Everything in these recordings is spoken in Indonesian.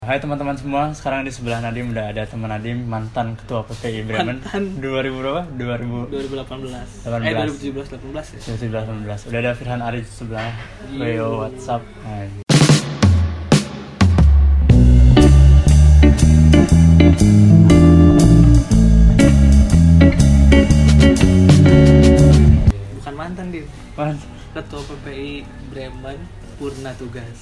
Hai teman-teman semua, sekarang di sebelah Nadim udah ada teman Nadim, mantan ketua PPI Bremen. 2000 berapa? 2018. 2017 18 ya. 2018. Udah ada Firhan Arij sebelah. Yo, what's up? Hai. Bukan mantan dia. Ketua PPI Bremen purna tugas.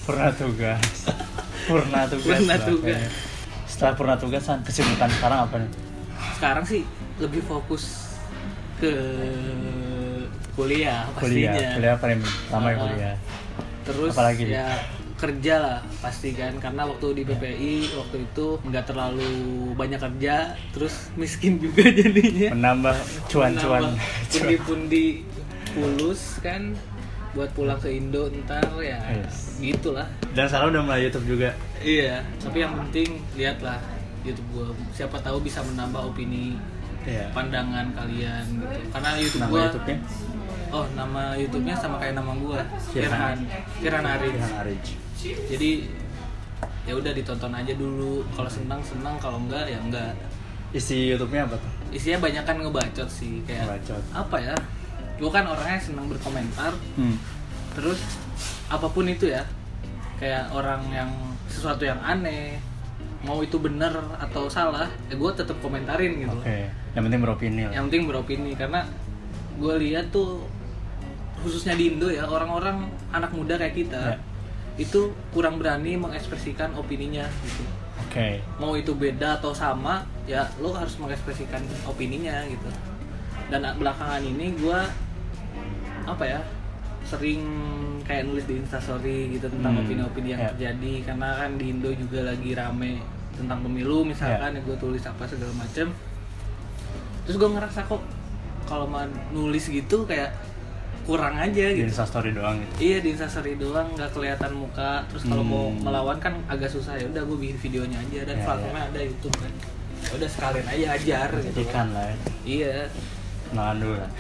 Purna tugas. Setelah purna tugasan, kesibukan sekarang apa nih? Sekarang sih lebih fokus ke kuliah pastinya. Kuliah paling lama ya kuliah. Terus apalagi ya kerja lah pasti kan, karena waktu di PPI waktu itu nggak terlalu banyak kerja, terus miskin juga jadinya. Menambah cuan-cuan. Pundi-pundi pulus kan buat pulang ke Indo ntar ya. Yes. Gitulah. Dan sekarang udah mulai YouTube juga. Iya, tapi yang penting lihatlah YouTube gua, siapa tahu bisa menambah opini, pandangan kalian gitu. Karena YouTube nama gua YouTube-nya? Oh, nama YouTube-nya sama kayak nama gua, Firhan Arij. Jadi ya udah ditonton aja dulu. Kalau senang, kalau enggak ya enggak. Isi YouTube-nya apa tuh? Isinya banyak kan ngebacot sih, kayak Ngebacot. apa ya? Gue kan orangnya senang berkomentar. Terus apapun itu ya, kayak orang yang sesuatu yang aneh, mau itu benar atau salah, ya gue tetap komentarin gitu. Oke. Yang penting beropini lah. Yang penting beropini, karena gue lihat tuh khususnya di Indo ya, orang-orang anak muda kayak kita itu kurang berani mengekspresikan opininya gitu. Oke. Mau itu beda atau sama, ya lo harus mengekspresikan opininya gitu. Dan belakangan ini gue sering kayak nulis di Instastory gitu tentang opini-opini yang terjadi, karena kan di Indo juga lagi rame tentang pemilu misalkan, ya gue tulis apa segala macem. Terus gue ngerasa kok kalau mau nulis gitu kayak kurang aja gitu. Di Instastory doang gitu. Iya, di Instastory doang, nggak kelihatan muka. Terus kalau mau melawan kan agak susah, ya udah gue bikin videonya aja, dan platformnya ada YouTube kan. Ya udah sekalian aja ajar gitu. Ikan lah ya. Iya. Kenalan dulu lah.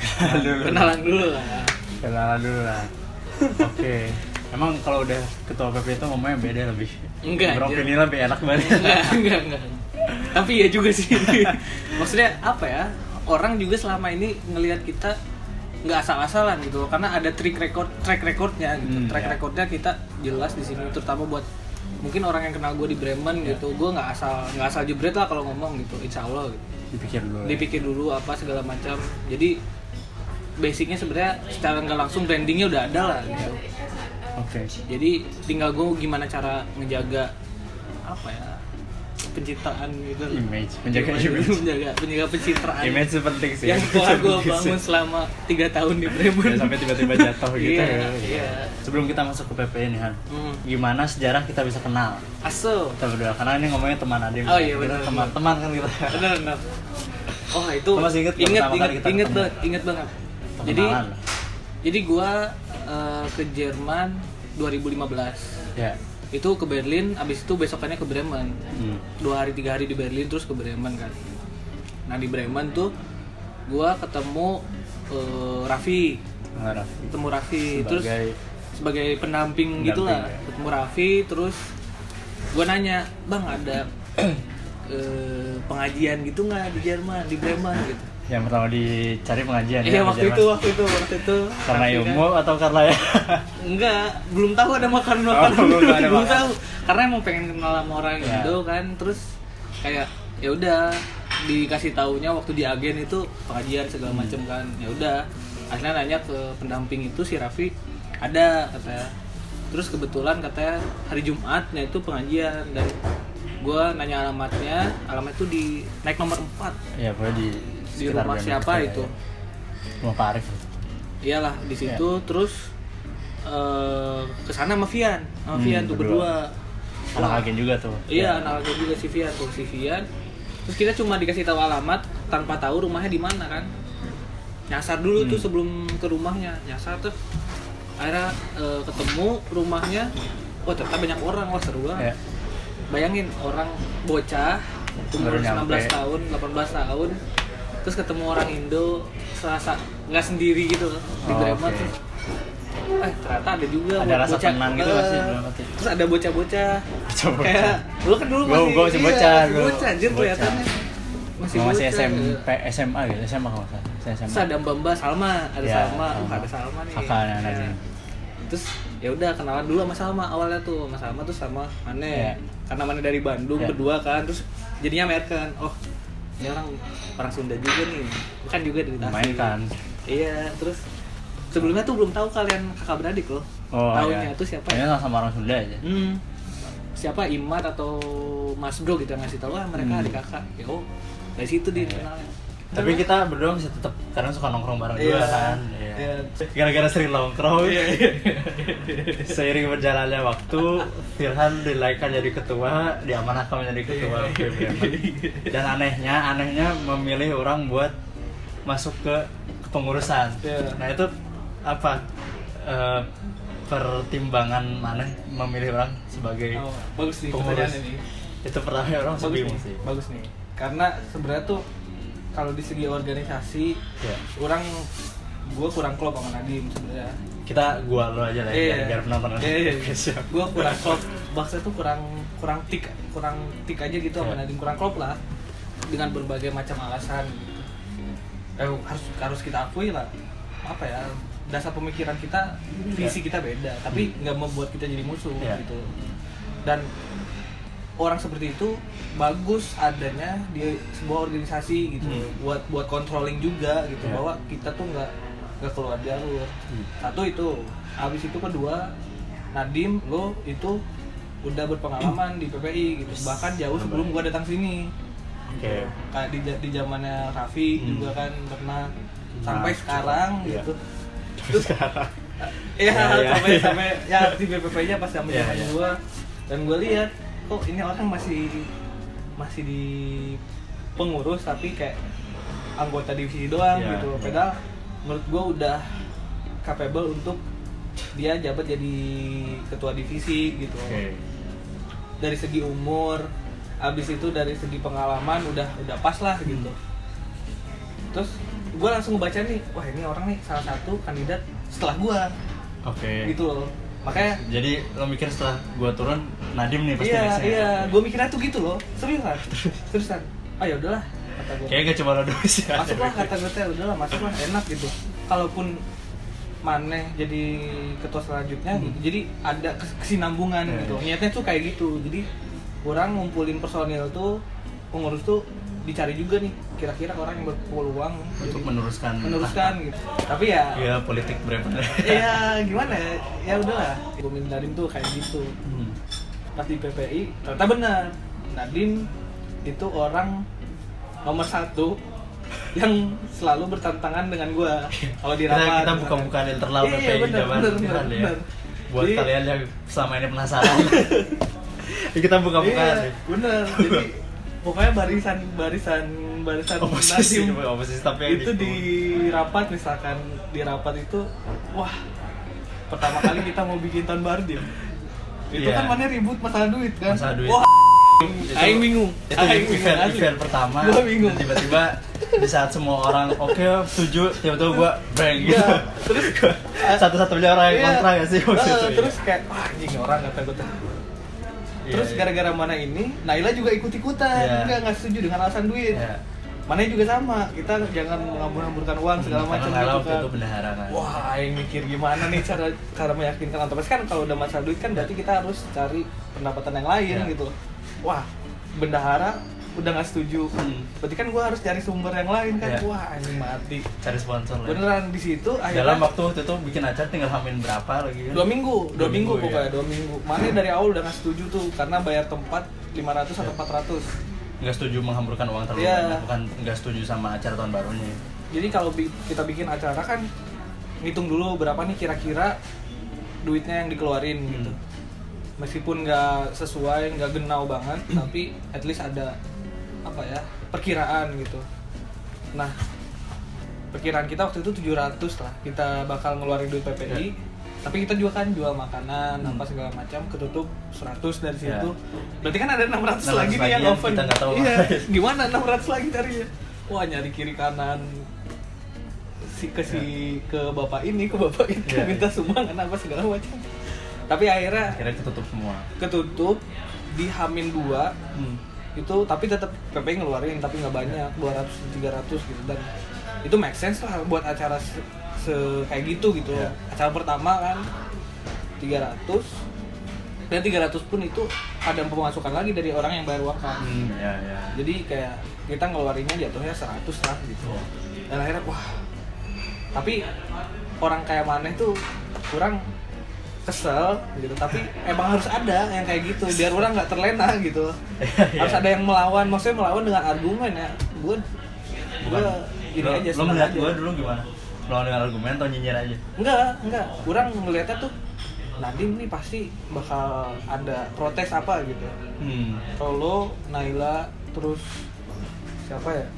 Kenalan dulu lah. Oke. Emang kalau udah ketua PP itu ngomongnya beda lebih. Enggak. Beropini lebih enak banget. Enggak. Tapi ya juga sih. Maksudnya apa ya? Orang juga selama ini ngelihat kita nggak asal-asalan gitu, karena ada track recordnya gitu. Recordnya kita jelas di sini, terutama buat mungkin orang yang kenal gue di Bremen gitu. Gue nggak asal jebret lah kalau ngomong gitu. Insya Allah gitu. Dipikir dulu apa segala macam. Jadi basicnya sebenarnya secara nggak langsung brandingnya udah ada lah gitu. Oke. Jadi tinggal gue gimana cara ngejaga pencitraan gitu. Menjaga pencitraan. Image penting sih. Yang telah gue bangun selama 3 tahun di Bremen. Sampai tiba-tiba jatuh gitu. Iya. Sebelum kita masuk ke PP ini Han, gimana sejarah kita bisa kenal? Aso. Kita berdua, karena ini ngomongnya teman Nadim. Oh iya benar. Teman-teman kan kita. Benar. Oh itu. Masih inget banget. Jadi gue ke Jerman 2015. Ya. Itu ke Berlin, abis itu besokannya ke Bremen. 2 hari 3 hari di Berlin, terus ke Bremen kan. Nah di Bremen tuh gue ketemu Raffi. Ketemu Raffi terus sebagai pendamping gitulah. Ketemu Raffi, terus gue nanya, "Bang, ada pengajian gitu nggak di Jerman, di Bremen gitu?" Yang pertama dicari pengajian. Iya, waktu itu. Karena ilmu atau karena ya? Enggak, belum tahu ada makanan. Belum tahu. Karena emang pengen kenal sama orang Indo kan, terus kayak ya udah dikasih taunya waktu di agen itu pengajian segala macem kan. Ya udah, akhirnya nanya ke pendamping itu, si Raffi ada katanya. Terus kebetulan katanya hari Jumatnya itu pengajian, dan gue nanya alamatnya tuh di naik nomor 4. Iya, boleh di rumah siapa itu? Rumah Pak Arif. Iyalah di situ. Terus kesana sama Vian tuh berdua. Anak agen juga tuh. Iya, anak agen juga si Vian. Terus kita cuma dikasih tahu alamat tanpa tahu rumahnya di mana kan. Nyasar dulu tuh sebelum ke rumahnya. Tuh akhirnya ketemu rumahnya. Oh, ternyata banyak orang. Wah, seru banget. Bayangin orang bocah umur 19 tahun, 18 tahun, terus ketemu orang Indo, serasa nggak sendiri gitu loh di Bremen. ternyata ada juga ada rasa tenang gitu masih belum mati. Terus ada bocah-bocah Coba. kayak lu kan dulu masih Gua masih bocah, masih bocah anjir kelihatannya masih masih bocah. SMP SMA gitu, SMA kalau nggak salah. Saya SMA. Terus ada Mbak Salma, ada Ya, Salma, ada Salma nih. Kakaknya Ya. Nadim. Terus ya udah kenalan dulu sama Salma awalnya tuh, sama Salma tuh sama Mane. Ya. Karena Mane dari Bandung Ya. berdua kan, terus jadinya American. Oh, ini orang Sunda juga nih. Bukan juga dari Tasik. Main kan. Iya, terus sebelumnya tuh belum tahu kalian kakak beradik loh. Oh, Taunya iya. tuh siapa? Kayaknya sama orang Sunda aja. Siapa Imad atau Mas Bro gitu yang ngasih tahu mereka adik kakak. Ya oh, dari situ dia kenalnya. Tapi kita berdua masih tetap karena suka nongkrong bareng juga kan. Iya. Iya. Gara-gara sering nongkrong. Seiring berjalannya waktu, Firhan dilaikan jadi ketua, diamanahkan menjadi ketua PBM. Dan anehnya memilih orang buat masuk ke kepengurusan. Iya. Nah itu apa? Pertimbangan aneh memilih orang sebagai Oh, bagus nih pengurus. pertanyaannya nih. Itu pertama orang Bagus bingung nih, sih. bagus nih. Karena sebenarnya tuh kalau di segi organisasi, Ya. gue kurang klop sama Nadim sebenarnya. Gua lo aja lah ya, biar penonton. Iya. Gue kurang klop, maksudnya tuh kurang tik aja gitu sama Iya. Nadim, kurang klop lah dengan berbagai macam alasan. Harus kita akui lah, apa ya, dasar pemikiran kita, visi kita beda, tapi nggak membuat kita jadi musuh gitu. Dan orang seperti itu bagus adanya di sebuah organisasi gitu, buat controlling juga gitu, bahwa kita tuh nggak keluar jalur. Satu itu, habis itu kedua, Nadim lo itu udah berpengalaman di PPI gitu, bahkan jauh sebelum gua datang sini. Oke. Kayak di zamannya Raffi juga kan pernah, sampai sekarang gitu. Terus Sekarang. Iya, sampai ya di BPP-nya pas zaman Iya. gua, dan gua lihat kok ini orang masih di pengurus tapi kayak anggota divisi doang Iya, gitu. iya. Padahal menurut gua udah capable untuk dia jabat jadi ketua divisi gitu. Oke. Dari segi umur, abis itu dari segi pengalaman udah pas lah gitu. Terus gue langsung ngebaca nih, wah ini orang nih salah satu kandidat setelah gue Oke. gitu loh. Makanya Jadi lo mikir setelah gua turun Nadim nih pasti iya nextnya. gue mikirnya tuh gitu loh, seriusan ya udahlah kata gue, Kayaknya gak cuma lo doang sih. masuklah kata gue teh, udahlah masuklah, enak gitu. Kalaupun Maneh jadi ketua selanjutnya gitu, jadi ada kesinambungan gitu. Niatnya tuh kayak gitu, jadi orang ngumpulin personil tuh, pengurus tuh dicari juga nih kira-kira orang yang berpeluang Untuk jadi- meneruskan gitu. Tapi ya ya politik berapa. ya gimana ya, ya udahlah. Bumi Nadim tuh kayak gitu. Pas di PPI ternyata benar, Nadim itu orang nomor 1 yang selalu bertantangan dengan gua kalau di rapat. Kita buka-bukaan internal Iya, PPI bener, zaman bener, Firhan ya. bener. Buat Jadi- kalian yang selama ini penasaran. Kita buka-bukaan Iya, nih. bener. Jadi pokoknya barisan Oposisi, Nadim oposisi tapi yang itu di rapat, misalkan di rapat itu, wah pertama kali kita mau bikin tahun baru dia. Itu Iya. kan mana ribut masalah duit kan. Masalah duit. Wah, aing bingung. Itu Aing bingung, asli. event pertama. Gua bingung. Dan tiba-tiba di saat semua orang oke setuju, tiba-tiba gua bang gitu. Iya, terus Satu-satunya orang yang Iya. kontra gak sih waktu itu? Terus kayak wah anjing orang kata gue. Terus Iya, iya. gara-gara mana ini, Naila juga ikut-ikutan, Iya. nggak setuju dengan alasan duit. Iya. Mana juga sama, kita jangan menghambur-hamburkan uang segala macam Karena gitu waktu kan. itu bendahara kan. Wah, yang mikir gimana nih cara meyakinkan otomatis kan kalau udah masalah duit kan berarti kita harus cari pendapatan yang lain Ya. gitu. Wah, bendahara udah nggak setuju. Berarti kan gua harus cari sumber yang lain kan. Ya. Wah, anjing mati. Cari sponsor lah. Beneran di situ Dalam akhirnya waktu itu bikin acara tinggal hamin berapa lagi kan? 2 minggu minggu, pokoknya, ya. 2 minggu. Mana dari awal udah nggak setuju tuh karena bayar tempat 500 atau 400. Nggak setuju menghamburkan uang terlalu Iya. banyak, bukan nggak setuju sama acara tahun barunya. Jadi kalau kita bikin acara kan ngitung dulu berapa nih kira-kira duitnya yang dikeluarin gitu. Meskipun nggak sesuai, nggak genau banget, tapi at least ada apa ya, perkiraan gitu. Nah, perkiraan kita waktu itu 700 lah kita bakal ngeluarin duit PPI. Tapi kita juga kan jual makanan apa segala macam, ketutup 100 dari Ya. situ. Berarti kan ada 600 600 lagi nih lagi yang yang open. kita nggak tahu. Iya, gimana 600 lagi carinya? Wah, nyari kiri kanan. ke bapak ini minta sumbangan apa segala macam. Tapi akhirnya ketutup semua. Ketutup di Hamin 2 itu, tapi tetap PP ngeluarin tapi nggak banyak, 200-300 gitu, dan itu make sense lah buat acara kayak gitu. Yeah. Acara pertama kan 300, dan 300 pun itu ada pemasukan lagi dari orang yang bayar wakaf. Jadi kayak kita ngeluarinnya jatuhnya 100 lah gitu. Dan akhirnya wah, tapi orang kayak Maneh tuh kurang kesel gitu, tapi emang harus ada yang kayak gitu biar orang nggak terlena gitu. Harus ada yang melawan, maksudnya melawan dengan argumen ya. Gue ini aja. Lo melihat gue dulu gimana? Melawan dengan argumen atau nyinyir aja? Enggak. Orang ngeliatnya tuh Nadim nih pasti bakal ada protes apa gitu. Kalau Naila terus siapa ya?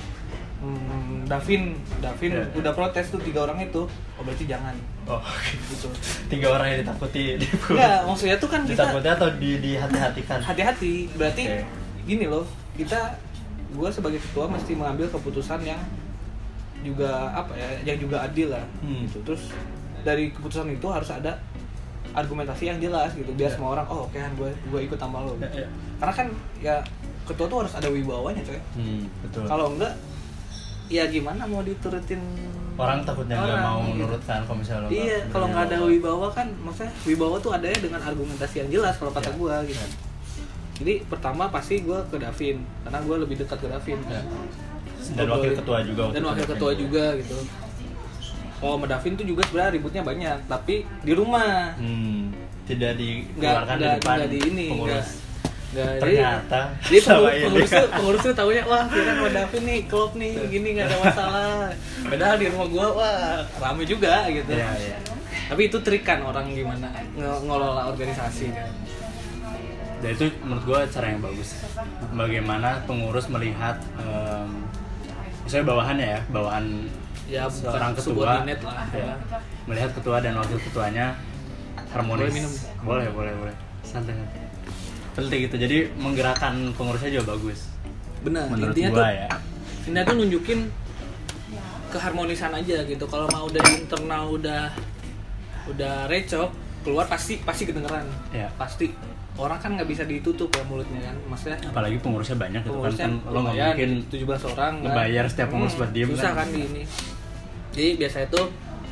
Davin udah protes tuh 3 orang itu. Oh berarti jangan. Oh gitu. 3 orang yang ditakuti. Enggak, maksudnya tuh kan kita ditakuti atau dihati-hatikan. Hati-hati. Berarti gini loh, gue sebagai ketua mesti mengambil keputusan yang juga apa ya, yang juga adil lah. Gitu. Terus dari keputusan itu harus ada argumentasi yang jelas gitu, biar semua orang oke kan gue ikut sama lo. Karena kan ya ketua tuh harus ada wibawanya coy. Betul. Kalau enggak ya gimana mau diturutin orang, takutnya nggak mau nurut kan kalau misalnya. Iya, kalau nggak ada wibawa kan, maksudnya wibawa tuh adanya dengan argumentasi yang jelas kalau kata gue gitu. Jadi pertama pasti gue ke Davin karena gue lebih dekat ke Davin. Dan wakil ketua juga. Dan wakil ketua juga gitu. Oh, sama Davin tuh juga sebenarnya ributnya banyak, tapi di rumah. Tidak dikeluarkan di depan pengurus. Ternyata jadi pengurus tuh taunya wah kira sama Davin nih klop nih gini nggak ada masalah. Padahal di rumah gua wah rame juga gitu. Iya. Tapi itu trik kan orang gimana ngelola organisasi kan. Dan itu menurut gua cara yang bagus. Bagaimana pengurus melihat misalnya bawahan ya seorang ketua lah, ya. Melihat ketua dan wakil ketuanya harmonis. Boleh minum? Boleh. Santai. Penting gitu. Jadi menggerakkan pengurusnya juga bagus. Benar. Menurut Intinya gua tuh, ya. intinya tuh nunjukin keharmonisan aja gitu. Kalau mau udah di internal udah recok, keluar pasti kedengeran. Ya. Pasti. Orang kan nggak bisa ditutup ya mulutnya kan, maksudnya. Apalagi pengurusnya banyak gitu kan lo nggak mungkin 17 orang ngebayar setiap pengurus buat diem. Susah kan di ini. Jadi biasanya tuh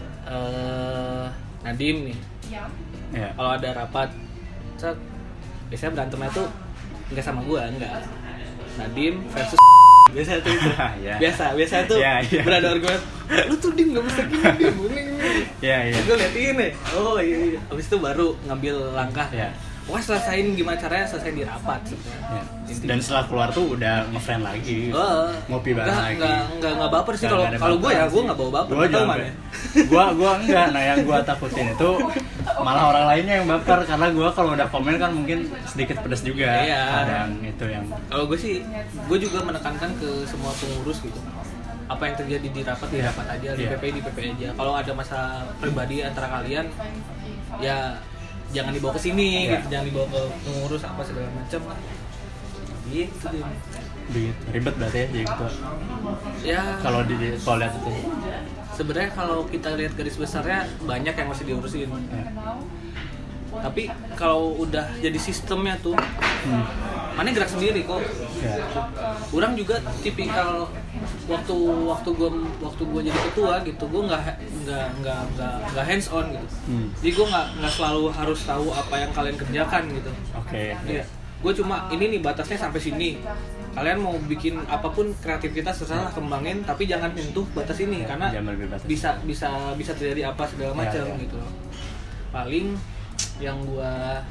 Nadim nih. Ya. Kalau ada rapat, biasanya berantemnya tuh nggak sama gua, enggak. Nadim versus biasa tuh itu. biasa tuh berada argumen. Lu tuh Dim nggak bisa gini Dim, ini. Iya. Gue liatin nih. Oh iya. Habis itu baru ngambil langkah. Ya. Wah selesain gimana caranya selesai di rapat sebenarnya. Ya. Dan setelah keluar tuh udah nge-friend lagi. Ngopi bareng lagi. Enggak baper sih kalau gue ya, gue enggak bawa baper. Gue juga. Gue enggak. Nah, yang gue takutin itu malah orang lainnya yang baper karena gue kalau udah komen kan mungkin sedikit pedas juga. Iya. Kadang itu yang. Kalau gue sih, gue juga menekankan ke semua pengurus gitu. Apa yang terjadi di rapat aja, di PP aja. Kalau ada masalah pribadi antara kalian, ya jangan dibawa ke sini, gitu. Jangan dibawa ke pengurus apa segala macam lah. Gitu deh. Begitu. Ribet berarti ya jadi ketua. Ya. Kalau lihat itu. Sebenarnya kalau kita lihat garis besarnya banyak yang masih diurusin. Ya. Tapi kalau udah jadi sistemnya tuh, mana gerak sendiri kok. Ya. Orang juga tipikal waktu gue jadi ketua gitu, gue nggak hands on gitu. Jadi gue nggak selalu harus tahu apa yang kalian kerjakan gitu. Oke. Iya. Gue cuma ini nih batasnya sampai sini. Kalian mau bikin apapun kreativitas terserah kembangin, tapi jangan menyentuh batas ini karena bisa terjadi apa segala macam gitu. Paling yang gua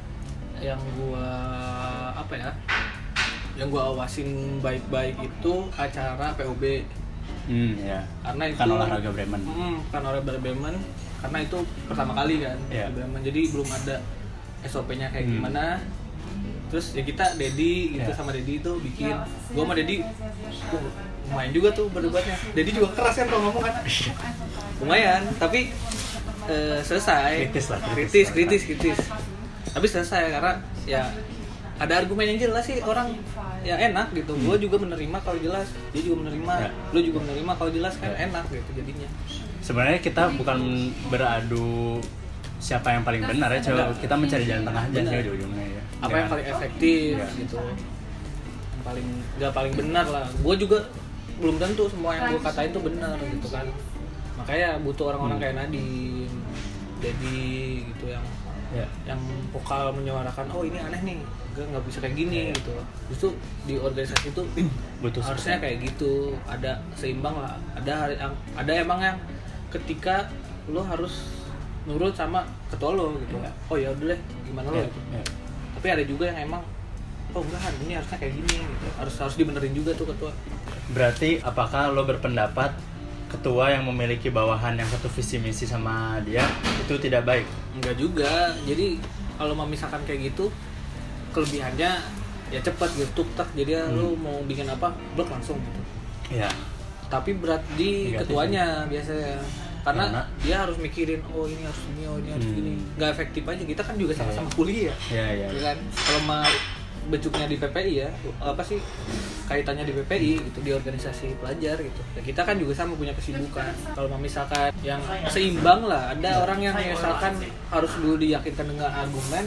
apa ya? Yang gua awasin baik-baik itu acara POB. Ya. Karena itu kan olahraga Bremen. Kan olahraga Bremen karena itu pertama kali kan di Bremen. Jadi belum ada SOP-nya kayak gimana. Terus ya kita Dedi gitu sama Dedi itu bikin. Gua sama Dedi lumayan juga tuh berdebatnya. Dedi juga keras kan kalau ngomong kan. Lumayan, tapi selesai. Kritis. Tapi selesai karena ya ada argumen yang jelas sih orang ya enak gitu. Gue juga menerima kalau jelas, dia juga menerima, lu juga menerima kalau jelas kan enak gitu jadinya. Sebenarnya kita bukan beradu siapa yang paling benar ya, coba kita mencari jalan tengah aja sih ujung-ujungnya ya. Apa yang paling efektif gitu, yang paling nggak paling benar lah. Gue juga belum tentu semua yang gue katain tuh benar gitu kan, makanya butuh orang-orang kayak Nadine, Dedi gitu yang vokal menyuarakan oh ini aneh nih, gue nggak bisa kayak gini gitu. Justru di organisasi itu butuh harusnya kayak gitu, ada seimbang lah. Ada emang yang ketika lo harus nurut sama ketua lo gitu. Oh ya udah deh, gimana lo gitu. Tapi ada juga yang emang oh enggak, ini harusnya kayak gini gitu. Harus dibenerin juga tuh ketua. Berarti apakah lo berpendapat ketua yang memiliki bawahan yang satu visi misi sama dia itu tidak baik? Enggak juga. Jadi kalau misalkan kayak gitu, kelebihannya ya cepat gitu, tuk tak. Jadi lo mau bikin apa, blok langsung gitu. Iya. Tapi berat di negatif ketuanya biasanya. Karena dia harus mikirin oh ini harus ini, oh ini harus gini. Nggak efektif aja. Kita kan juga sama-sama kuliah. Iya. Kan kalau becuknya di PPI ya, apa sih kaitannya di PPI gitu, di organisasi pelajar gitu. Ya, kita kan juga sama punya kesibukan. Kalau misalkan yang seimbang lah, ada orang yang misalkan harus dulu diyakinkan dengan argumen,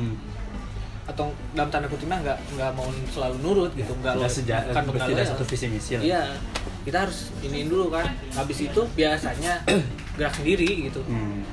atau dalam tanda kutipnya nggak mau selalu nurut gitu, nggak tidak satu visi misi lah. Iya, kita harus iniin dulu kan. Habis itu biasanya gerak sendiri gitu.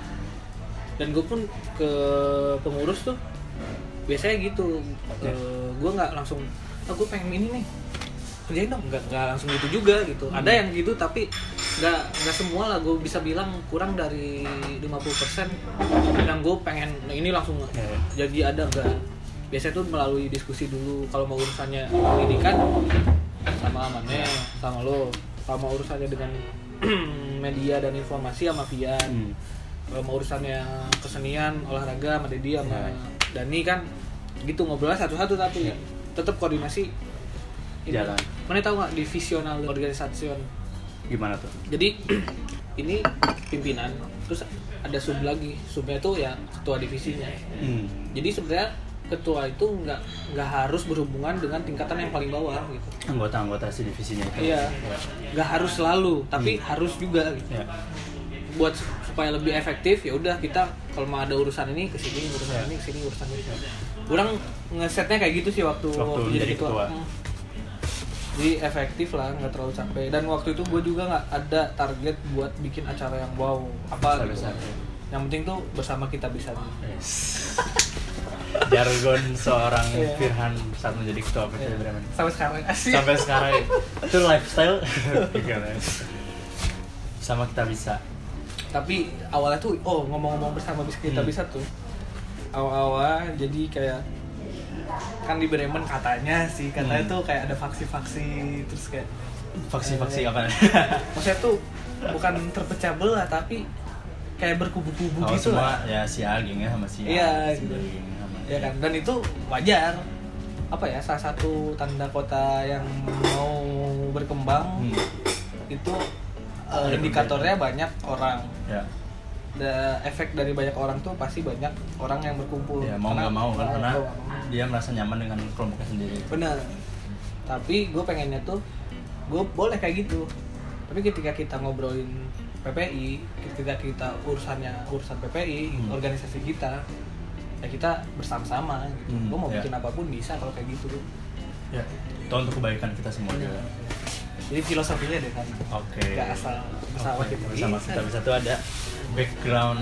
Dan gue pun ke pengurus tuh biasanya gitu, gue nggak langsung, gue pengen ini nih, kerjain dong, nggak langsung gitu juga gitu. Ada yang gitu tapi nggak semua lah, gue bisa bilang kurang dari 50% yang gue pengen ini langsung jadi ada nggak. Biasanya tuh melalui diskusi dulu, kalau mau urusannya pendidikan sama Amannya, sama lo, kalau mau urusannya dengan media dan informasi sama Fian, kalau mau urusannya kesenian, olahraga sama Dedi sama Dani kan gitu, ngobrol satu-satu tapi tetap koordinasi jalan. Mana tahu nggak divisional organisasi Gimana tuh? Jadi ini pimpinan, terus ada sub lagi, subnya tuh ya ketua divisinya. Jadi sebenarnya ketua itu nggak harus berhubungan dengan tingkatan yang paling bawah gitu. Anggota si divisinya itu. Iya. Nggak harus selalu, tapi harus juga gitu. Buat supaya lebih efektif ya udah kita kalau mau ada urusan ini ke sini, urusan ini ke sini, urusan ini. Kurang ngesetnya kayak gitu sih waktu jadi ketua. Jadi efektif lah, nggak terlalu capek. Dan waktu itu gue juga nggak ada target buat bikin acara yang wow apa gitu. Yang penting tuh bersama kita bisa. Jargon seorang Firhan saat menjadi ketua PPI Bremen. Sampai sekarang asik. Sampai sekarang itu lifestyle. Sama kita bisa. Tapi awalnya tuh ngomong-ngomong bersama kita bisa tuh. Awal-awal jadi kayak kan di Bremen katanya tuh kayak ada faksi-faksi, terus kayak faksi-faksi apa? Maksudnya tuh bukan terpecah belah tapi kayak berkubu-kubu gitu semua lah. Ya si A gengnya sama si A. Iya, si B gengnya sama si ya kan. Dan itu wajar. Apa ya, salah satu tanda kota yang mau berkembang itu indikatornya banyak orang. Ya. Efek dari banyak orang tuh pasti banyak orang yang berkumpul. Ya, mau nggak mau kan, karena dia merasa nyaman dengan kelompoknya sendiri. Benar. Tapi gue pengennya tuh gue boleh kayak gitu. Tapi ketika kita ngobrolin PPI, ketika kita urusan PPI, organisasi kita, ya kita bersama-sama gitu. Gue mau bikin apapun bisa kalau kayak gitu tuh. Ya, itu untuk kebaikan kita semua juga. Jadi filosofinya deh kan. Oke. Gak asal bersama kita bisa tuh ada background.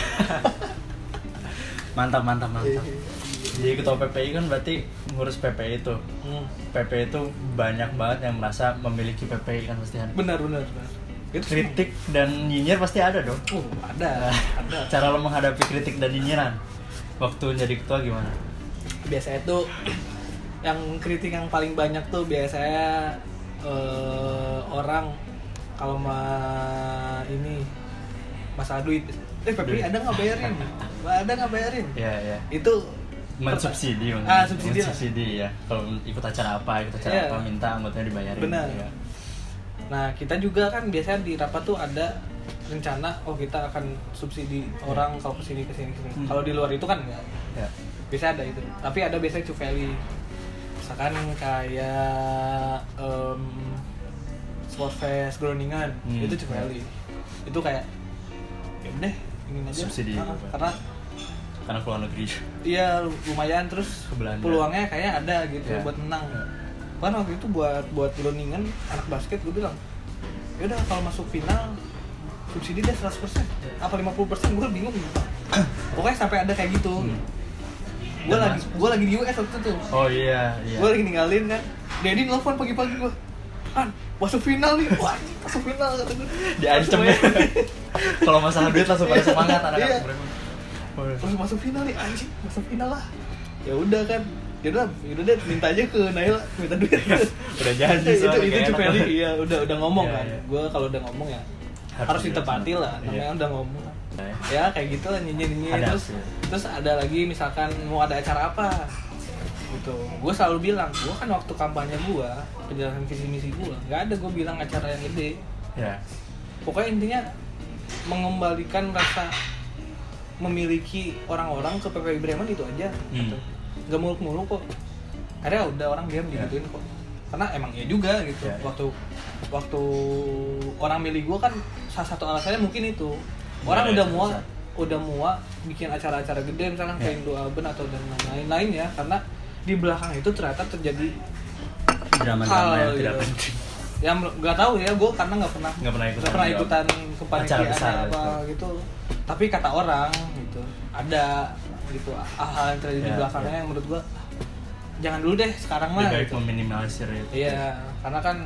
Mantap. Jadi ketua PPI kan berarti ngurus PPI itu. PPI itu banyak banget yang merasa memiliki PPI kan pasti ada. Benar. Kritik dan nyinyir pasti ada dong. Ada. Cara lo menghadapi kritik dan nyinyiran waktu jadi ketua gimana? Biasanya tuh yang kritik yang paling banyak tuh biasanya orang kalau ini masalah duit. PPI ada nggak bayarin? Iya. Itu mensubsidi. Subsidi ya. Kalau ikut acara apa minta anggotanya dibayarin. Benar. Ya. Nah, kita juga kan biasanya di rapat tuh ada rencana kita akan subsidi orang kalau kesini. Kalau di luar itu kan enggak. Ya. Biasa ada itu. Tapi ada biasanya Cuveli. Misalkan kayak Sportfest Groningen itu Cuveli. Itu kayak ya udah ingin aja. Subsidi. Karena keluar negeri. Iya lumayan, terus peluangnya kayaknya ada gitu buat menang. Kan waktu itu buat Groningen anak basket gue bilang, ya udah kalau masuk final subsidi deh 100%. Apa 50% gue bingung gitu. Pokoknya sampai ada kayak gitu. Gue lagi di US waktu itu tuh. Oh iya. Gue lagi ninggalin kan. Dedi nelfon pagi-pagi gue. Kan masuk final nih. Wah, masuk final kata gue. Diancem ya. Kalau masalah duit langsung pada semangat anak-anak. Terus masuk final nih, anjing, masuk final lah. Ya udah kan. Ya udah deh minta aja ke Naila minta duit. Udah janji itu Cuveli. Iya, udah ngomong kan. Gue kalau udah ngomong ya harus ditepati lah. Namanya udah ngomong. Ya kayak gitu lah nyanyi terus ada lagi misalkan mau ada acara apa gitu, gue selalu bilang, gue kan waktu kampanye gue penjelasan visi misi gue nggak ada gue bilang acara yang gede pokoknya intinya mengembalikan rasa memiliki orang-orang ke PPI Bremen itu aja gitu. Nggak muluk-muluk kok, akhirnya udah orang diam digituin kok, karena emang iya juga gitu. Waktu orang milih gue kan salah satu alasannya mungkin itu orang udah muak bikin acara-acara gede misalkan kayak Indo Alben atau dan lain-lain ya, karena di belakang itu ternyata terjadi drama-drama yang gitu. tidak penting. Yang nggak tahu ya, gue karena nggak pernah ikutan kepanitiaan apa gitu. Tapi kata orang gitu ada gitu hal-hal yang terjadi di belakangnya yang menurut gue jangan dulu deh sekarang mah. Lebih baik gitu. meminimalisir itu. Iya, karena kan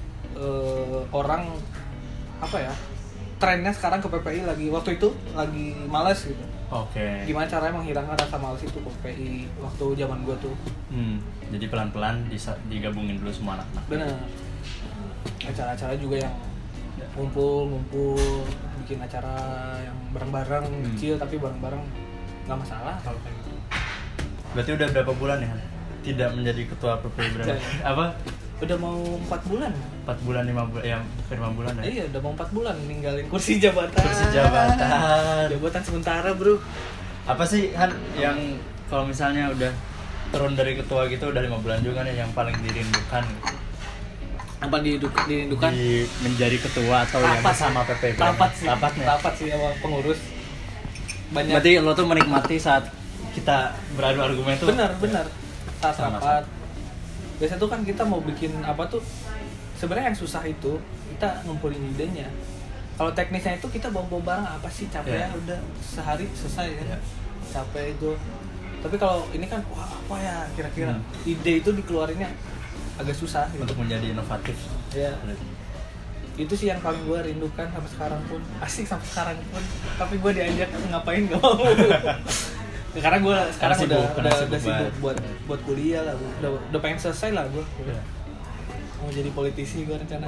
orang apa ya? Trennya sekarang ke PPI waktu itu lagi malas gitu. Oke. Gimana caranya menghilangkan rasa malas itu ke PPI waktu zaman gua tuh. Jadi pelan-pelan digabungin dulu semua anak-anak. Bener. Acara-acara juga yang ngumpul bikin acara yang bareng-bareng kecil tapi bareng-bareng nggak masalah kalau kayak gitu. Berarti udah berapa bulan ya tidak menjadi ketua PPI Bremen? Apa? Udah mau 4 bulan. 4 bulan 5 bulan ya, 5 bulan ya. Iya, udah mau 4 bulan ninggalin kursi jabatan. Jabatan sementara, Bro. Apa sih Han yang kalau misalnya udah turun dari ketua gitu udah 5 bulan juga nih yang paling dirindukan? Apa dirindukan? Menjadi ketua atau yang bersama PPI Bremen? Rapat sih sama pengurus. Banyak. Berarti lo tuh menikmati saat kita beradu argumen tuh. Benar. Saat rapat. Biasanya tuh kan kita mau bikin apa tuh sebenarnya yang susah itu kita ngumpulin idenya. Kalau teknisnya itu kita bawa barang apa sih capeknya udah sehari selesai kan. Capek itu. Tapi kalau ini kan wah apa ya kira-kira ide itu dikeluarinnya agak susah gitu. Untuk menjadi inovatif. Iya. Itu sih yang paling gue rindukan sampai sekarang pun. Asik sampai sekarang pun. Tapi gue diajak ngapain gak mau. Karena gue sekarang udah sibuk buat kuliah lah, udah pengen selesai lah gue. Mau jadi politisi gue rencana.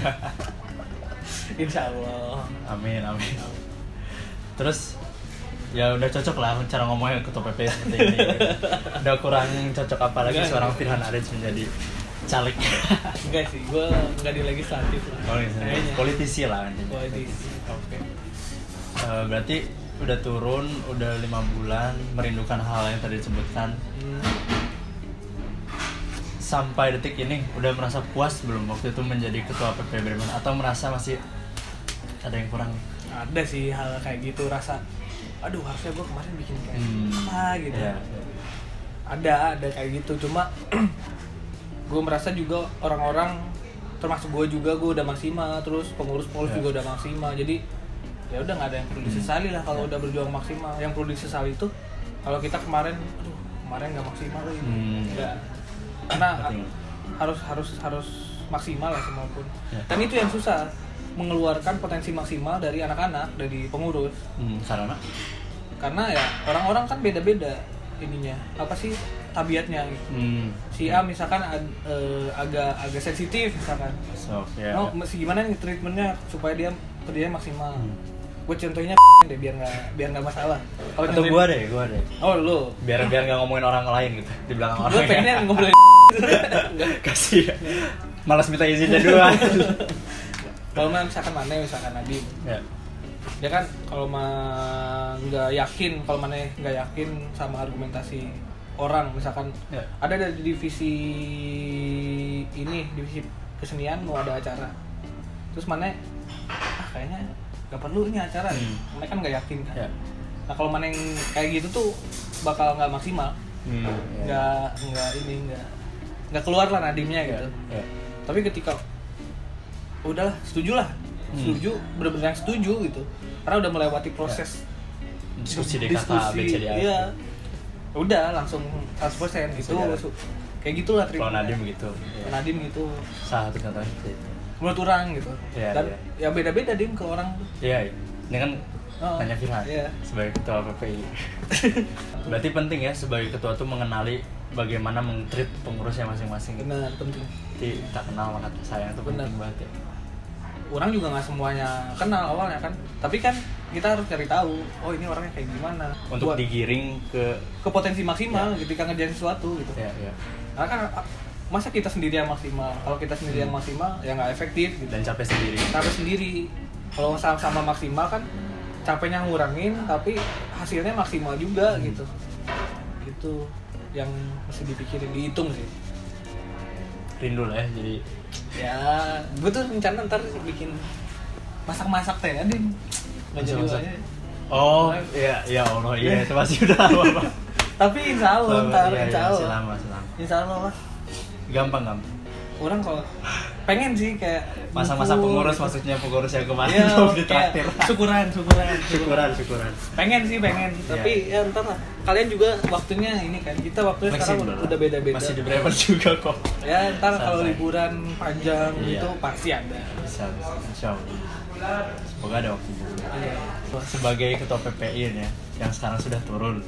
Insya Allah. Amin. Terus ya udah cocok lah cara ngomongnya ketua PPI seperti ini. Udah kurang cocok apalagi seorang Firhan Arij menjadi caleg. Enggak sih, gue nggak di legislatif lah. Politisi lah intinya. Politisi. Oke. Berarti udah turun, udah 5 bulan, merindukan hal yang tadi disebutkan. Sampai detik ini udah merasa puas belum waktu itu menjadi ketua PPI Bremen atau merasa masih ada yang kurang? Ada sih hal kayak gitu, rasa aduh harusnya gue kemarin bikin kayak apa gitu. Ada kayak gitu, cuma gue merasa juga orang-orang termasuk gue udah maksimal, terus pengurus juga udah maksimal, jadi ya udah nggak ada yang perlu disesali lah kalau udah berjuang maksimal. Yang perlu disesali itu kalau kita kemarin nggak maksimal lagi, karena harus maksimal lah semua pun. Dan itu yang susah, mengeluarkan potensi maksimal dari anak-anak, dari pengurus. Karena ya orang-orang kan beda-beda ininya, apa sih tabiatnya gitu. Si A misalkan agak sensitif misalkan. Mesti gimana nih treatmentnya supaya dia kerjanya maksimal. Gue contohnya deh biar nggak masalah. Atau gue deh. Oh lu. Biar nggak ngomongin orang lain gitu di belakang orang. Gue pengennya ngobrolin. Kasih. Malas minta izinnya dua. Kalau misalkan Nadim. dia kan kalau nggak yakin, kalau mana nggak yakin sama argumentasi orang, misalkan ada dari divisi ini, divisi kesenian mau ada acara, terus mana kayaknya nggak perlu ini acara, mana kan nggak yakin kan. Nah kalau mana yang kayak gitu tuh bakal nggak maksimal, nggak keluar lah nadimnya gitu. Tapi ketika udahlah setuju, bener-bener yang setuju gitu, karena udah melewati proses diskusi DKK, iya, udah langsung 100% gitu. Kayak gitulah kalau Nadim gitu. Nadim gitu. Salah satu contohnya itu. Menurut orang gitu. Dan ya beda-beda Dim ke orang tuh. Iya. Ini kan nanya Firhan sebagai ketua PPI. Berarti penting ya sebagai ketua tuh mengenali bagaimana meng-treat pengurusnya masing-masing. Benar, penting. Jadi tak kenal maka sayang itu penting banget ya. Orang juga nggak semuanya kenal awalnya kan, tapi kan kita harus cari tahu, oh ini orangnya kayak gimana untuk digiring ke potensi maksimal ketika ngerjain sesuatu gitu. Karena kan masa kita sendiri yang maksimal, kalau kita sendiri yang maksimal ya nggak efektif gitu. Dan capek sendiri. Kalau sama maksimal kan capeknya ngurangin tapi hasilnya maksimal juga gitu. Itu yang mesti dipikirin, dihitung sih. Rindu lah ya, jadi ya gue tuh rencana ntar bikin masak-masak teh ya Dim. Nggak jadi aja. Oh iya Allah iya itu masih udah lama Pak. Tapi insya Allah ntar selama insya Allah lah gampang orang kalau pengen sih kayak masa-masa pengurus gitu. Maksudnya pengurus yang kemarin di traktir syukuran pengen tapi ya ntar lah kalian juga waktunya ini kan, kita waktunya sekarang udah beda-beda, masih di Bremen juga kok ya ntar kalau liburan panjang gitu pasti ada bisa insya Allah semoga ada waktu juga. Sebagai ketua PPI ya yang sekarang sudah turun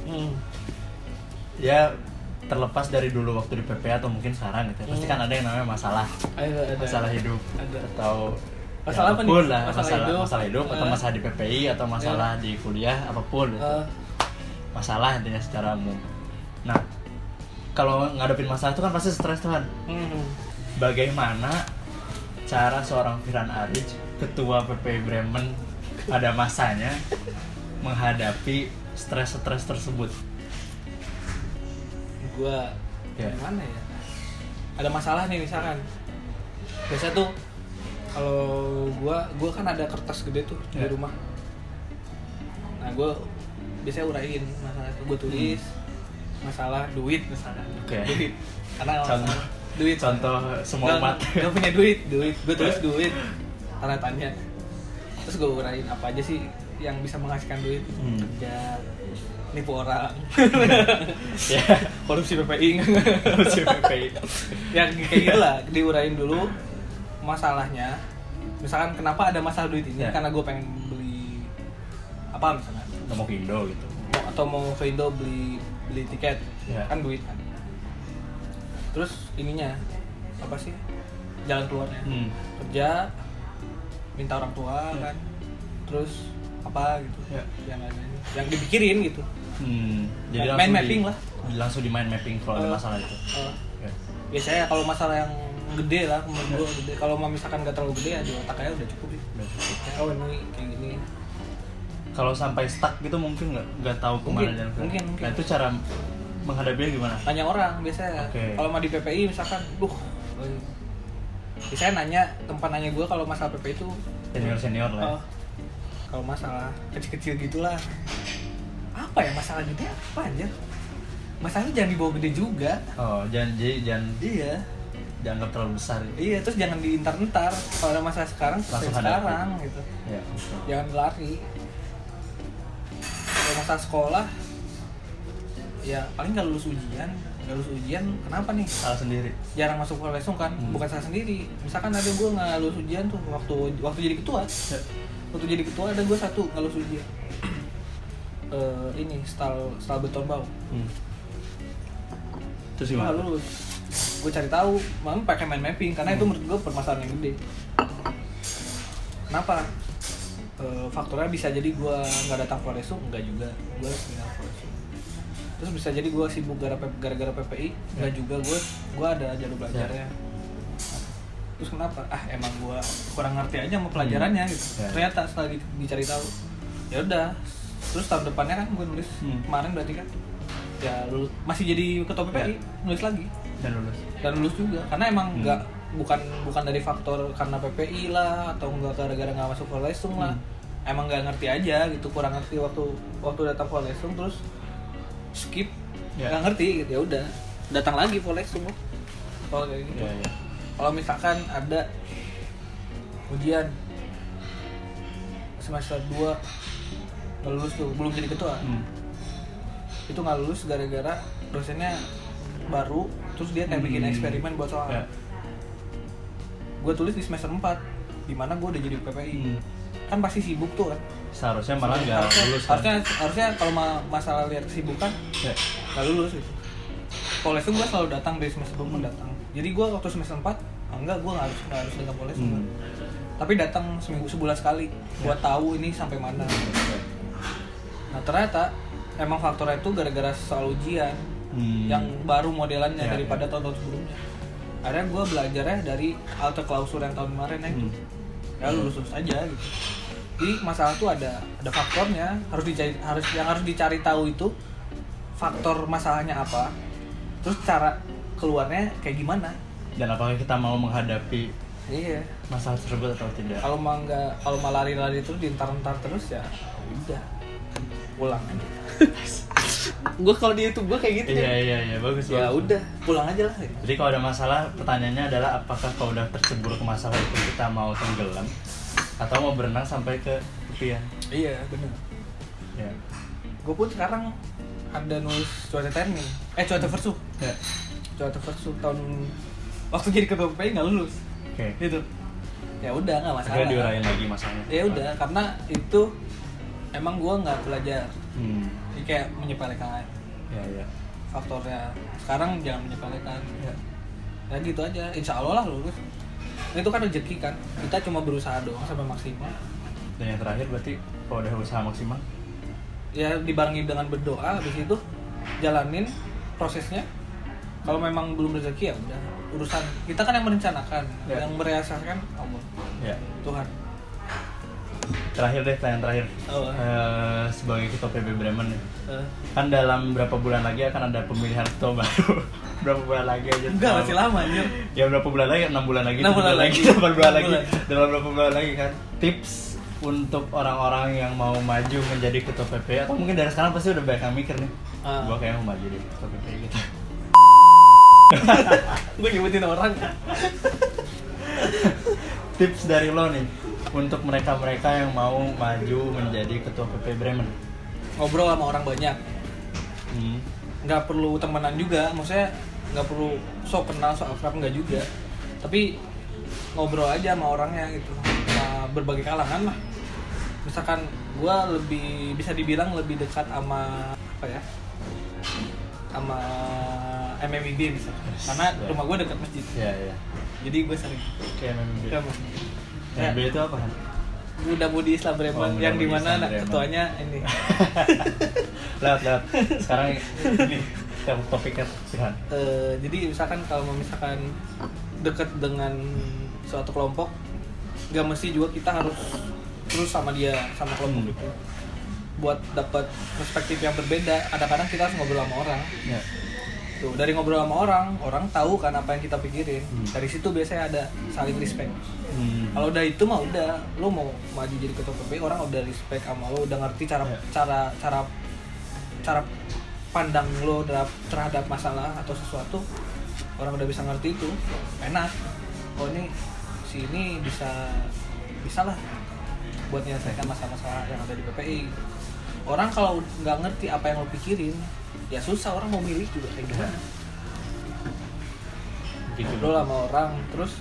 ya terlepas dari dulu waktu di PPA atau mungkin sekarang gitu pasti kan ada yang namanya masalah hidup atau masalah ya, apapun lah masalah hidup atau masalah di PPI atau masalah di kuliah apapun gitu. Masalah intinya secara umum. Nah kalau ngadepin masalah itu kan pasti stres tuhan. Bagaimana cara seorang Firhan Arij ketua PPI Bremen pada masanya menghadapi stres tersebut? Gua gimana ya, ada masalah nih misalkan biasa tuh kalau gua kan ada kertas gede tuh di rumah, nah gua biasanya uraiin masalah itu, gua tulis masalah duit misalkan, duit karena duit contoh semua umat nggak punya duit gua tulis duit tanda tanya, terus gua uraiin apa aja sih yang bisa menghasilkan duit, kerja, nipu orang, korupsi PPI, yang kayak gitulah diurain dulu masalahnya. Misalkan kenapa ada masalah duit ini? Karena gue pengen beli apa misalnya? Mau ke Indo gitu, atau mau ke Indo beli tiket, kan duit kan. Terus ininya apa sih? Jalan keluarnya, kerja, minta orang tua kan, terus apa gitu, yang dipikirin gitu. Jadi main mapping lah. Langsung di mind mapping kalau ada masalah itu. Biasanya kalau masalah yang gede lah, menurut gue gede. Kalau misalkan nggak terlalu gede ya di otaknya udah cukup sih. Oh ini kayak gini. Kalau sampai stuck gitu mungkin nggak tahu kemana mungkin. Nah itu cara menghadapinya gimana? Tanya orang biasanya. Kalau mau di PPI misalkan, biasanya tempat nanya gue kalau masalah PPI itu senior lah. Kalau masalah kecil-kecil gitulah. Apa ya masalah gede apa aja? Masalahnya jangan dibawa gede juga. Jangan iya. Dianggap terlalu besar. Iya, terus jangan diintar-entar. Kalau ada masalah sekarang sekarang gitu. Ya, jangan lari. Kalau masalah sekolah ya paling nggak lulus ujian kenapa nih? Salah sendiri. Jarang masuk lesung kan? Bukan salah sendiri. Misalkan ada gue nggak lulus ujian tuh waktu jadi ketua. Waktu jadi ketua ada gue satu nggak lulus ujian. Ini style beton bau. Terus gimana? Lulus. Gue cari tahu, memang pakai mind mapping karena itu menurut gue permasalahan yang gede. Kenapa? Faktornya bisa jadi gue nggak datang Floresu, enggak juga. Gue nggak Floresu. Terus bisa jadi gue sibuk gara-gara PPI, enggak juga gue ada jalur belajarnya. Terus kenapa? Emang gue kurang ngerti aja sama pelajarannya gitu. Ternyata setelah dicari tahu. Ya udah, terus tahun depannya kan gue nulis kemarin berarti kan ya lulus, masih jadi ketua PPI, nulis lagi dan lulus juga karena emang bukan dari faktor karena PPI lah atau enggak gara-gara nggak masuk Volesung lah, emang nggak ngerti aja gitu, kurang ngerti waktu datang Volesung terus skip nggak ngerti gitu, ya udah datang lagi Volesung kalau kayak gitu. Kalau misalkan ada ujian semester 2 nggak lulus tuh, belum jadi ketua, itu nggak lulus gara-gara dosennya baru, terus dia kayak bikin eksperimen buat soal. Gue tulis di semester 4 dimana gue udah jadi PPI, kan pasti sibuk tuh kan. Seharusnya malah nggak lulus kan? Harusnya kalau masalah lihat kesibukan nggak lulus gitu. Polesung gue selalu datang dari semester 2 datang, jadi gue waktu semester 4 enggak, gue nggak harus datang Polesung tapi datang sebulan sekali buat tahu ini sampai mana. Nah ternyata emang faktornya itu gara-gara soal ujian yang baru modelannya daripada tahun-tahun sebelumnya. Akhirnya gue belajarnya dari alter klausur yang tahun kemarin itu ya lulus aja gitu. Jadi masalah tuh ada faktornya, harus dicari tahu itu faktor masalahnya apa, terus cara keluarnya kayak gimana, dan apakah kita mau menghadapi masalah tersebut atau tidak. Kalau mau lari-lari terus dientar-entar terus ya udah pulang aja. Gue kalau di YouTube gue kayak gitu. Iya bagus. Ya udah pulang aja lah. Jadi kalau ada masalah, pertanyaannya adalah apakah kalau udah tercebur ke masalah itu kita mau tenggelam atau mau berenang sampai ke tepian. Iya benar. Ya. Gue pun sekarang ada nulis cuaca termin, cuaca versu. Cuaca versu tahun waktu jadi ketua PPI nggak lulus. Gitu. Ya udah nggak masalah. Akhirnya diurain lagi masalahnya. Ya udah karena itu emang gue nggak belajar. Jadi kayak menyepelekan. Ya. Faktornya sekarang jangan menyepelekan. Ya gitu aja. Insya Allah lah lulus. Itu kan rezeki kan. Kita cuma berusaha doang sampai maksimal. Dan yang terakhir berarti kalau udah usaha maksimal? Ya dibarengi dengan berdoa, habis itu jalanin prosesnya. Kalau memang belum rezeki ya udah urusan kita kan yang merencanakan, yang merealisasikan Allah. Tuhan. Terakhir deh, pertanyaan terakhir. Sebagai ketua PB Bremen kan dalam berapa bulan lagi akan ada pemilihan ketua baru. Berapa bulan lagi aja? Enggak, masih lama anjir. Ya berapa bulan lagi? 6 bulan lagi. 6 bulan lagi. 8 bulan lagi. Dalam berapa bulan lagi kan? Tips untuk orang-orang yang mau maju menjadi ketua PPI, atau mungkin dari sekarang pasti udah banyak yang mikir nih. Gua kayak mau maju deh ketua PPI gitu. Gue nyebutin orang. Tips dari lo nih untuk mereka-mereka yang mau maju menjadi ketua PPI Bremen. Ngobrol sama orang banyak. Nggak perlu temenan juga, maksudnya nggak perlu sok kenal, sok akrab, nggak juga. Tapi ngobrol aja sama orangnya gitu, sama berbagai kalangan lah. Misalkan gue lebih bisa dibilang lebih dekat sama apa ya, sama MMIB misalkan, karena rumah gue dekat masjid. Jadi gue sering kayak MMIB. MMIB itu apa kan? Muda Mudi Islam Bremen, yang dimana ketuanya ini. Lewat. Sekarang ini topiknya Tuhan. Jadi misalkan kalau misalkan dekat dengan suatu kelompok, nggak mesti juga kita harus terus sama dia, sama kelompok itu. Buat dapat perspektif yang berbeda, kadang-kadang kita harus ngobrol sama orang. Tuh, dari ngobrol sama orang tahu kan apa yang kita pikirin. Dari situ biasanya ada saling respect. Kalau udah itu mah udah, lo mau maju jadi ketua PPI, orang udah respect sama lo, udah ngerti cara pandang lo terhadap masalah atau sesuatu, orang udah bisa ngerti itu, enak. Oh ini si ini bisa lah buat menyelesaikan masalah-masalah yang ada di PPI. Orang kalau nggak ngerti apa yang lo pikirin, ya susah orang mau milih juga kayak gimana. Ngobrol sama orang, terus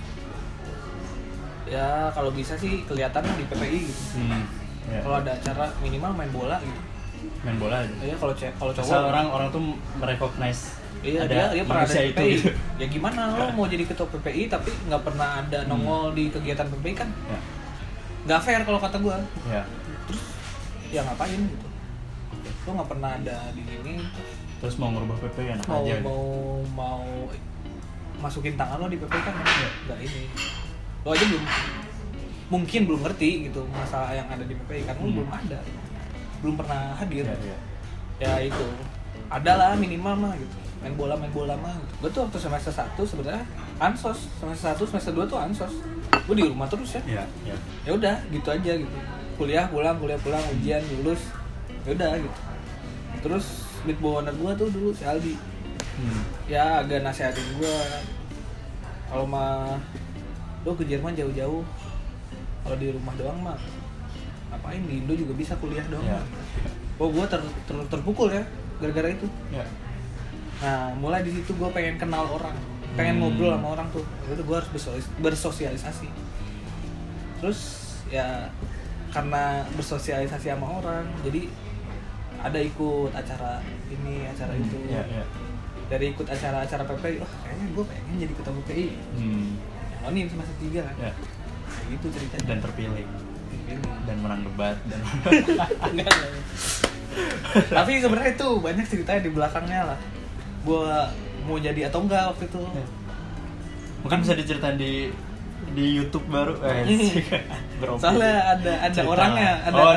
ya kalau bisa sih kelihatan di PPI gitu. Kalau ada acara minimal main bola gitu. Main bola aja. Iya, kalau cowok. Asal orang tuh merecognize. Iya, dia pernah ada di PPI. Gitu. Ya gimana lo mau jadi ketua PPI tapi nggak pernah ada nongol di kegiatan PPI kan? Nggak fair kalau kata gue. Terus ya ngapain gitu? Lo nggak pernah ada di ini. Terus mau ngerubah PPI enak aja. Mau masukin tangan lo di PPI kan nggak ini. Lo aja belum ngerti gitu masalah yang ada di PPI kan, lo belum ada. belum pernah hadir. Iya. Ya itu adalah minimal mah gitu, main bola mah gitu. Gue tuh waktu semester 1 sebenarnya ansos, semester 1 semester 2 tuh ansos, gue di rumah terus ya. Iya. Ya udah gitu aja gitu, kuliah pulang ujian lulus, ya udah gitu. Terus beat owner gue tuh dulu si Aldi, ya agak nasihatin gue, kalau mah lo ke Jerman jauh-jauh, kalau di rumah doang mah ngapain, di Indo juga bisa kuliah doang. Iya. Oh, gue terpukul ya gara-gara itu. Iya. Nah, mulai di situ gue pengen kenal orang, pengen ngobrol sama orang tuh. Udah, gue harus bersosialisasi. Terus ya karena bersosialisasi sama orang, jadi ada ikut acara ini, acara itu. Iya. Dari ikut acara-acara PPI, kayaknya gue pengen jadi ketua PPI. Yang ini semester 3 kan. Iya. Kayak gitu ceritanya. Dan terpilih. Dan menang debat dan Enggak. Tapi sebenarnya itu banyak ceritanya di belakangnya lah. Gua mau jadi atau enggak waktu itu. Mungkin bisa diceritain di YouTube baru. Soalnya ada orangnya,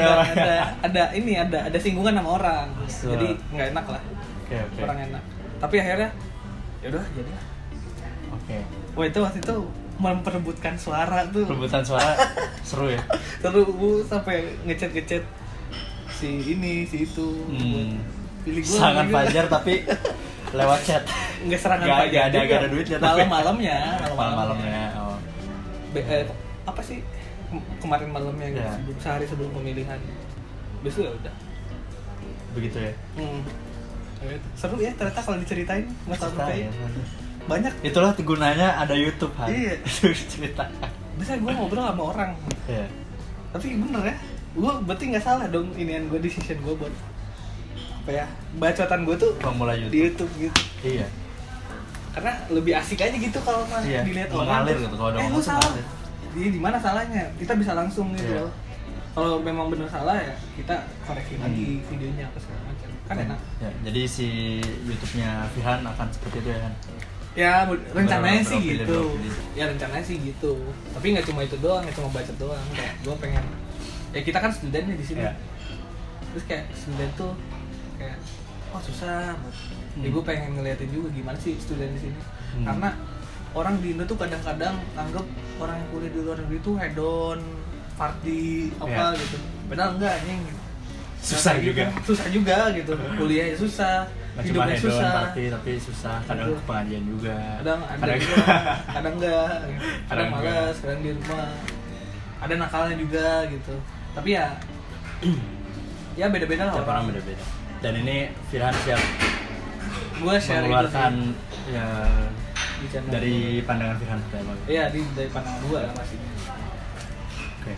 ada singgungan sama orang. Jadi nggak enak lah. Oke. Kurang enak. Tapi akhirnya ya udah jadi. Oke. Wah, itu waktu itu memperebutkan suara tuh. Perebutan suara seru ya. Seru, bu, sampai ngechat si itu. Pilih gua. Serangan Fajar tapi lewat chat. Enggak serangan Fajar. Fajar. Gak ada duitnya. Malam-malamnya. Oh. Apa sih kemarin malamnya gitu, Ya. sehari sebelum pemilihan. Besok ya udah. Begitu ya. Seru ya ternyata kalau diceritain masalah PPI. Banyak. Itulah gunanya ada YouTube kan. Iya. Cerita. Bisa gue ngobrol sama orang. Iya. Tapi bener ya, gue berarti nggak salah dong inian gue, decision gue buat apa ya, bacotan gue tuh pemula YouTube. Di YouTube gitu. Iya. Karena lebih asik aja gitu kalau dilihat orang. Mengalir gitu kalau ada lu salah. Di mana salahnya? Kita bisa langsung gitu loh. Kalau memang benar salah ya kita koreksi lagi videonya apa segala macam. Kan enak. Ya, jadi si YouTube-nya Firhan akan seperti itu ya kan? Ya rencananya sih gitu. Video. Ya rencananya sih gitu. Tapi nggak cuma itu doang, nggak cuma bacot doang. Kayak gue pengen. Ya kita kan studennya di sini. Ya. Terus kayak student tuh kayak susah. Ya gue pengen ngeliatin juga gimana sih student di sini. Karena orang di Indo tuh kadang-kadang anggap orang yang kuliah di luar negeri tuh hedon, party apa gitu. Padahal enggak anjing. Susah juga. Susah juga gitu. Kuliahnya susah, hidupnya susah. Tapi susah. Kadang ke pengajian juga. Kadang ada juga, kadang enggak. Kadang malas, kadang di rumah. Ada nakalnya juga gitu. Tapi ya ya beda-beda lah orang beda-beda. Dan ini Firhan siap gua share mengeluarkan itu ya dari pandangan Firhan seperti apa? Iya, dari pandangan gua lah pastinya. Oke.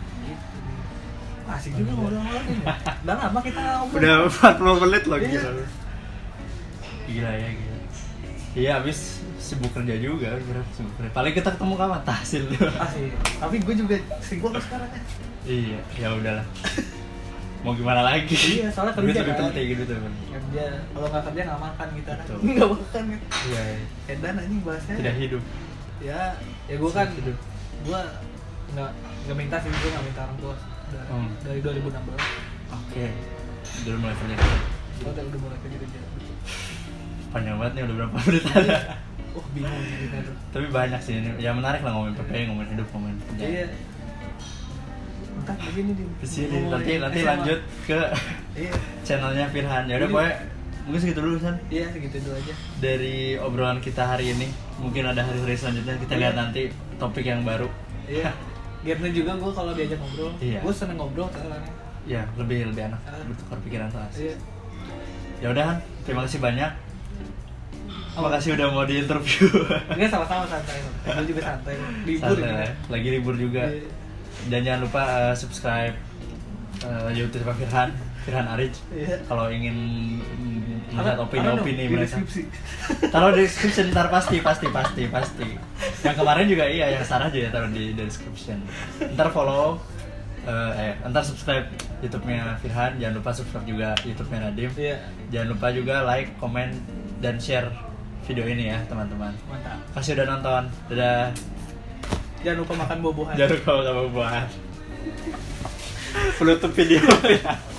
Asik juga ngobrol-ngobrol ini. Udah lama kita ngobrol. Udah 40 menit loh Iya. Gila ya, gila. Iya, habis sibuk kerja juga, sibuk kerja. Paling kita ketemu kapan? Tahsil. Asik. Tapi gue juga sibuk sekarang ya. Iya, ya udahlah. Mau gimana lagi? Iya, soalnya kerja lebih kan. penting gitu tuh. Kerja, kalau nggak kerja nggak makan kita kan. Betul. Nggak makan kan. Iya. Edan anjing bahasnya. Tidak hidup. Ya gue kan hidup. gue nggak minta sih, gue nggak minta orang tua dari 2016. Oke. Dulu mulai kerja. Udah mulai kerja. Panjang banget nih, udah berapa menit aja. Bingung gitu. Tapi banyak sih ini. Ya menarik lah ngomongin PPI, ngomongin hidup, ngomongin kerja. Iya. Entah begini di Kesini nanti lanjut ke channelnya Firhan. Ya udah pokoknya mungkin segitu dulu San. Iya, segitu dulu aja. Dari obrolan kita hari ini, mungkin ada hari-hari selanjutnya kita lihat nanti topik yang baru. Iya. Karena juga gue kalau diajak ngobrol, iya. Gue seneng ngobrol soalnya. Iya, lebih enak bertukar pikiran soal. Iya. Ya udah Han, terima kasih banyak. Makasih udah mau diinterview. Enggak, sama-sama santai. Gue juga santai. Libur santai, ya. Lagi libur juga. Iya. Dan jangan lupa subscribe YouTube Firhan Arij. Iya. Kalau ingin melihat opini-opini mereka. Taruh di description ntar pasti. Yang kemarin juga yang Sarah juga taruh di description. Ntar follow, ntar subscribe YouTube-nya Firhan. Jangan lupa subscribe juga YouTube-nya Nadim. Iya. Jangan lupa juga like, komen, dan share video ini ya teman-teman. Mantap. Kasih udah nonton. Dadah. Jangan lupa makan buah-buahan. Jangan lupa makan buah-buahan. Penutup video.